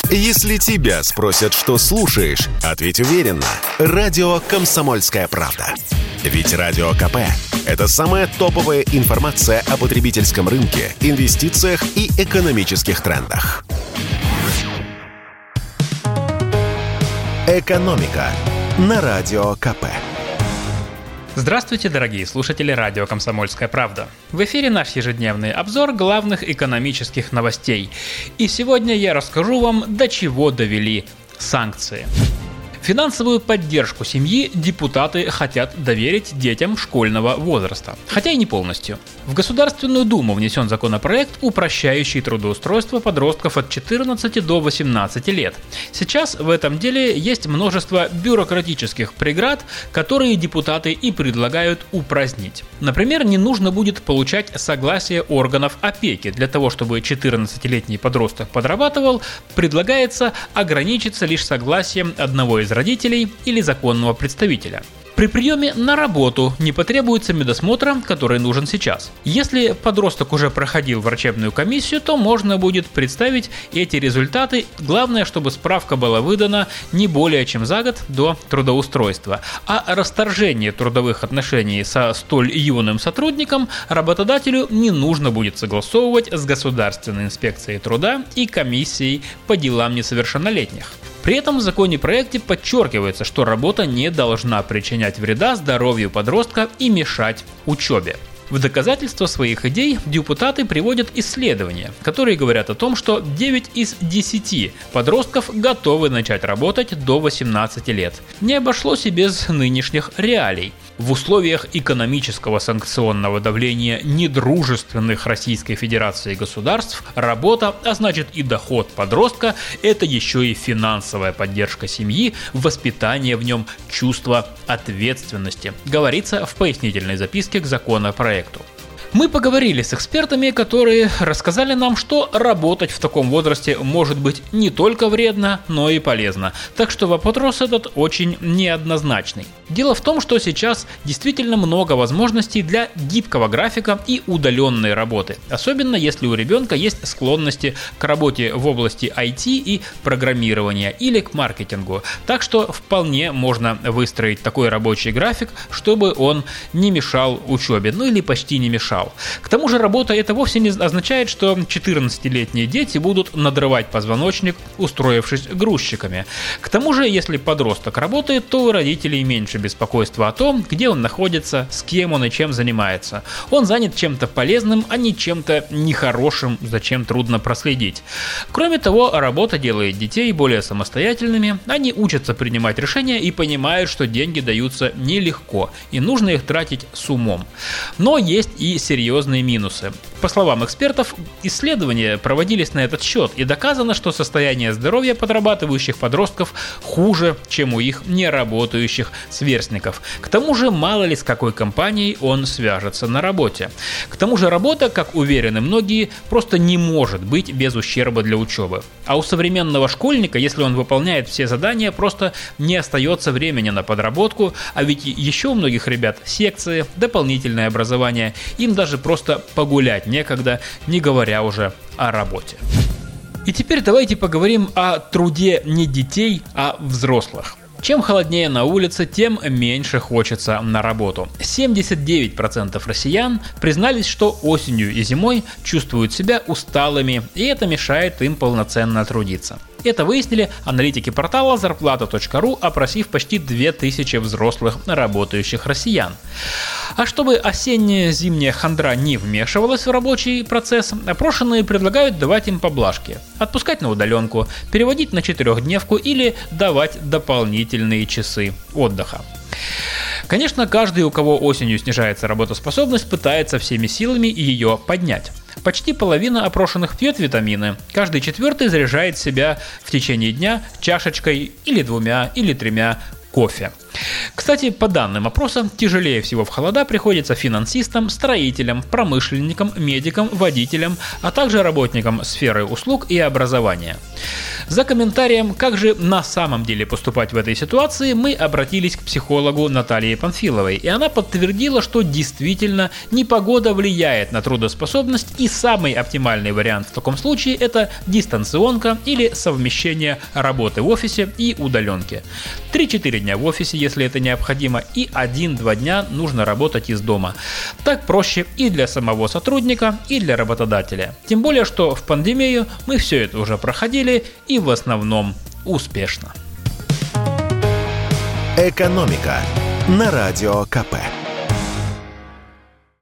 Если тебя спросят, что слушаешь, ответь уверенно. Радио «Комсомольская правда». Ведь Радио КП – это самая топовая информация о потребительском рынке, инвестициях и экономических трендах. «Экономика» на Радио КП. Здравствуйте, дорогие слушатели радио «Комсомольская правда». В эфире наш ежедневный обзор главных экономических новостей. И сегодня я расскажу вам, до чего довели санкции. Финансовую поддержку семьи депутаты хотят доверить детям школьного возраста, хотя и не полностью. В Государственную Думу внесен законопроект, упрощающий трудоустройство подростков от 14 до 18 лет. Сейчас в этом деле есть множество бюрократических преград, которые депутаты и предлагают упразднить. Например, не нужно будет получать согласие органов опеки. Для того, чтобы 14-летний подросток подрабатывал, предлагается ограничиться лишь согласием одного из родителей или законного представителя. При приеме на работу не потребуется медосмотра, который нужен сейчас. Если подросток уже проходил врачебную комиссию, то можно будет представить эти результаты. Главное, чтобы справка была выдана не более чем за год до трудоустройства. А расторжение трудовых отношений со столь юным сотрудником работодателю не нужно будет согласовывать с Государственной инспекцией труда и комиссией по делам несовершеннолетних. При этом в законопроекте подчеркивается, что работа не должна причинять вреда здоровью подростка и мешать учебе. В доказательство своих идей депутаты приводят исследования, которые говорят о том, что 9 из 10 подростков готовы начать работать до 18 лет. Не обошлось и без нынешних реалий. В условиях экономического санкционного давления недружественных Российской Федерации государств работа, а значит и доход подростка, это еще и финансовая поддержка семьи, воспитание в нем чувства ответственности, говорится в пояснительной записке к законопроекту. Мы поговорили с экспертами, которые рассказали нам, что работать в таком возрасте может быть не только вредно, но и полезно. Так что вопрос этот очень неоднозначный. Дело в том, что сейчас действительно много возможностей для гибкого графика и удаленной работы. Особенно если у ребенка есть склонности к работе в области IT и программирования или к маркетингу. Так что вполне можно выстроить такой рабочий график, чтобы он не мешал учебе, ну или почти не мешал. К тому же работа это вовсе не означает, что 14-летние дети будут надрывать позвоночник, устроившись грузчиками. К тому же, если подросток работает, то у родителей меньше беспокойства о том, где он находится, с кем он и чем занимается. Он занят чем-то полезным, а не чем-то нехорошим, за чем трудно проследить. Кроме того, работа делает детей более самостоятельными, они учатся принимать решения и понимают, что деньги даются нелегко, и нужно их тратить с умом. Но есть и серьезные минусы. По словам экспертов, исследования проводились на этот счет, и доказано, что состояние здоровья подрабатывающих подростков хуже, чем у их неработающих сверстников. К тому же, мало ли с какой компанией он свяжется на работе. К тому же, работа, как уверены многие, просто не может быть без ущерба для учебы. А у современного школьника, если он выполняет все задания, просто не остается времени на подработку, а ведь еще у многих ребят секции, дополнительное образование, им даже просто погулять некогда, не говоря уже о работе. И теперь давайте поговорим о труде не детей, а взрослых. Чем холоднее на улице, тем меньше хочется на работу. 79% россиян признались, что осенью и зимой чувствуют себя усталыми, и это мешает им полноценно трудиться. Это выяснили аналитики портала зарплата.ру, опросив почти 2000 взрослых работающих россиян. А чтобы осенне-зимняя хандра не вмешивалась в рабочий процесс, опрошенные предлагают давать им поблажки. Отпускать на удаленку, переводить на 4-дневку или давать дополнительные часы отдыха. Конечно, каждый, у кого осенью снижается работоспособность, пытается всеми силами ее поднять. Почти половина опрошенных пьет витамины. Каждый 4-й заряжает себя в течение дня чашечкой или 2 или 3 кофе. Кстати, по данным опроса, тяжелее всего в холода приходится финансистам, строителям, промышленникам, медикам, водителям, а также работникам сферы услуг и образования. За комментарием, как же на самом деле поступать в этой ситуации, мы обратились к психологу Наталье Панфиловой, и она подтвердила, что действительно непогода влияет на трудоспособность, и самый оптимальный вариант в таком случае – это дистанционка или совмещение работы в офисе и удаленки. 3-4 дня в офисе, если это необходимо, и 1-2 дня нужно работать из дома. Так проще и для самого сотрудника, и для работодателя. Тем более, что в пандемию мы все это уже проходили и в основном успешно. Экономика на Радио КП.